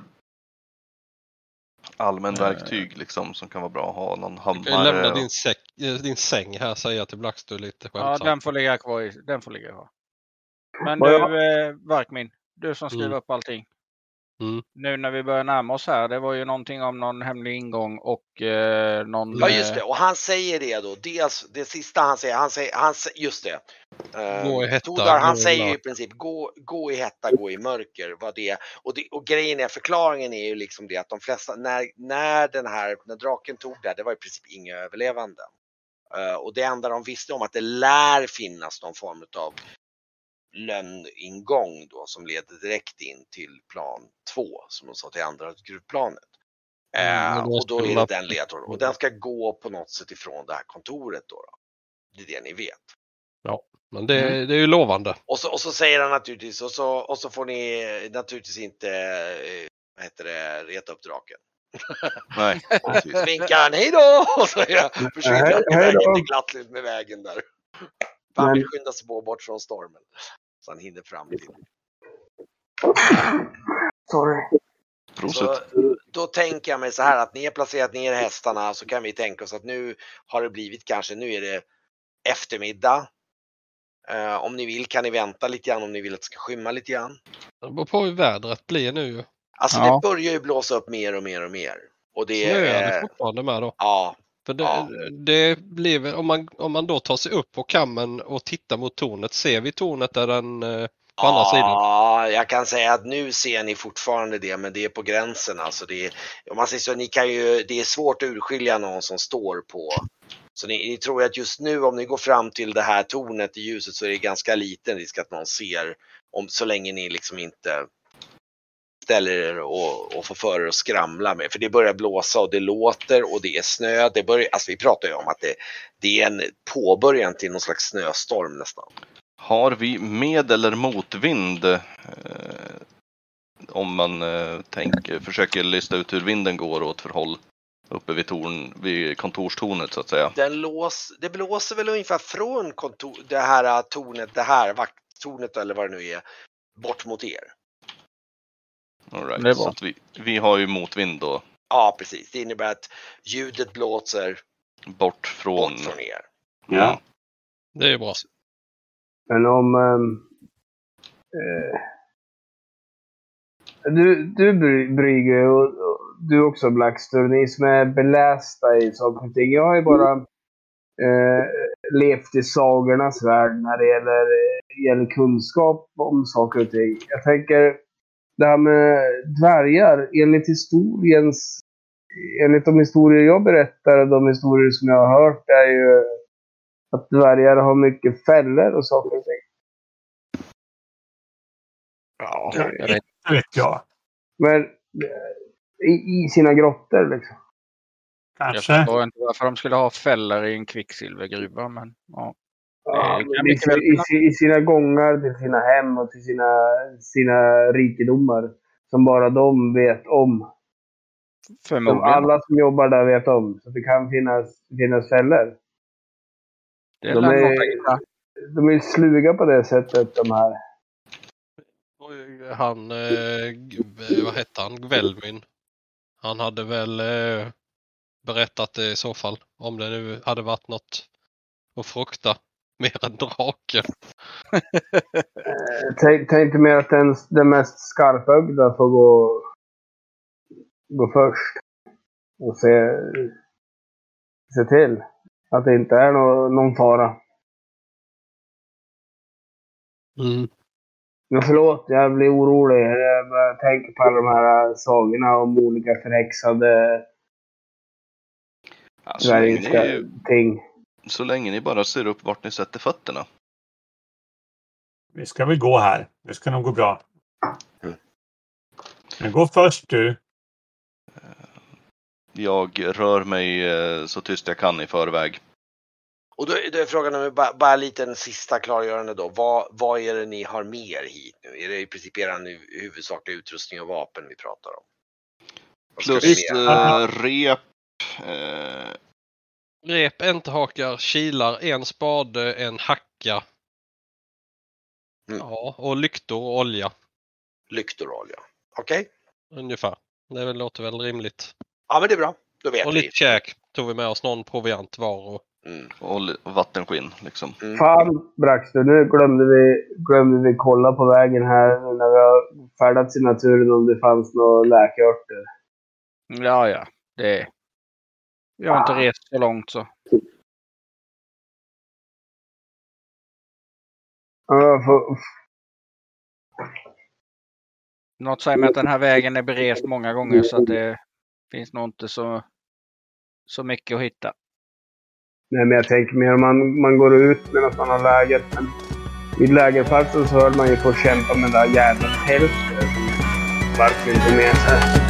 allmän verktyg liksom som kan vara bra att ha. Någon hammare. Jag lämnar din säng här, säger jag till Blackstone lite skämtsamt. Ja, den får ligga kvar den får ligga kvar. Men du, Varkmin, du som skriver upp allting. Nu när vi börjar närma oss här, det var ju någonting om någon hemlig ingång och någon... Ja, just det. Och han säger det då. Det sista han säger just det. Gå i hetta. Todar, han säger ju i princip gå i hetta, gå i mörker. Vad det är. Och grejen är, förklaringen är ju liksom det att de flesta, när draken tog det var i princip inga överlevande. Och det enda de visste om att det lär finnas någon form av lönningång då som leder direkt in till plan 2 som de sa till andra gruvplanet. Och då är det den ledtråden. Och den ska gå på något sätt ifrån det här kontoret då. Det är det ni vet. Ja, men det är ju lovande. Och så säger han naturligtvis och så får ni naturligtvis inte reta upp draken. Nej, precis. Vinkar han hej då och så försvinner han iväg inte glatt med vägen där. Han vill skynda sig bort från stormen. Så han hinner fram till. Sorry. Prosit. Så då tänker jag mig så här att ni har placerat ner hästarna, så kan vi tänka oss att nu har det blivit kanske, nu är det eftermiddag. Om ni vill kan ni vänta lite grann om ni vill att det ska skymma lite grann. Det beror på hur vädret blir nu. Alltså det börjar ju blåsa upp mer och mer och mer. Och det är det fortfarande med då. Ja. För det blir väl, om man då tar sig upp på kammen och tittar mot tornet, ser vi tornet där den på andra sidan? Ja, jag kan säga att nu ser ni fortfarande det, men det är på gränsen. Alltså det är, om man säger så, det är svårt att urskilja någon som står på. Så ni tror att just nu om ni går fram till det här tornet i ljuset så är det ganska liten risk att någon ser, så länge ni liksom inte ställer er och får för er att skramla med. För det börjar blåsa och det låter och det är snö. Alltså vi pratar ju om att det är en påbörjan till någon slags snöstorm nästan. Har vi med eller motvind om man försöker lista ut hur vinden går åt för håll uppe vid kontorstornet så att säga? Det blåser väl ungefär från det här tornet, det här vakttornet eller vad det nu är, bort mot er. All right. Så att vi har ju motvind då. Ja, precis. Det innebär att ljudet blåser bort från er. Ja. Det är bra. Men om du Brygge och du också Blackster, ni som är belästa i saker och ting. Jag har ju bara levt i sagornas värld när det gäller kunskap om saker och ting. Jag tänker det här med dvärgar, enligt de historier jag berättar och de historier som jag har hört, är ju att dvärgar har mycket fällor och saker och ting. Ja, det vet jag. Men i sina grottor liksom. Kanske. Jag förstår inte varför de skulle ha fällor i en kvicksilvergruva, men ja. I sina gångar till sina hem och till sina rikedomar som bara de vet om. Som alla som jobbar där vet om. Så det kan finnas fällor. De är sluga på det sättet, de här. Han, vad hette han? Gvelmin. Han hade väl berättat det i så fall. Om det nu hade varit något att frukta. Mer än draken. Tänkte mer att den mest skarpögda får gå först. Och se till att det inte är någon fara. Mm. Men förlåt, jag blir orolig. Jag tänker på alla de här sagorna om olika förhäxade dvärgiska ting. Så länge ni bara ser upp vart ni sätter fötterna. Vi ska väl gå här. Det ska nog gå bra. Men gå först du. Jag rör mig så tyst jag kan i förväg. Och då är frågan om bara en liten sista klargörande då. Vad är det ni har mer hit nu? Är det i princip er huvudsakliga utrustning och vapen vi pratar om? Plus rep. Rep, enthakar, kilar, en spade, en hacka. Ja, och lyktor och olja. Lyktor och olja. Okej. Ungefär. Det låter väl rimligt. Ja, men det är bra. Då vet och lite käk. Tog vi med oss någon proviant var. Och vattenskinn liksom. Fan, Braxter, nu glömde vi kolla på vägen här när vi har färdats i naturen om det fanns några läkeörter. Ja. Vi har inte rest så långt så. Något säger mig att den här vägen är berest många gånger så att det finns nog inte så mycket att hitta. Nej, men jag tänker mer om man går ut medan man har läget. Men vid lägerplatsen så höll man ju på att kämpa med det där jävla tältet. Varför inte med sig?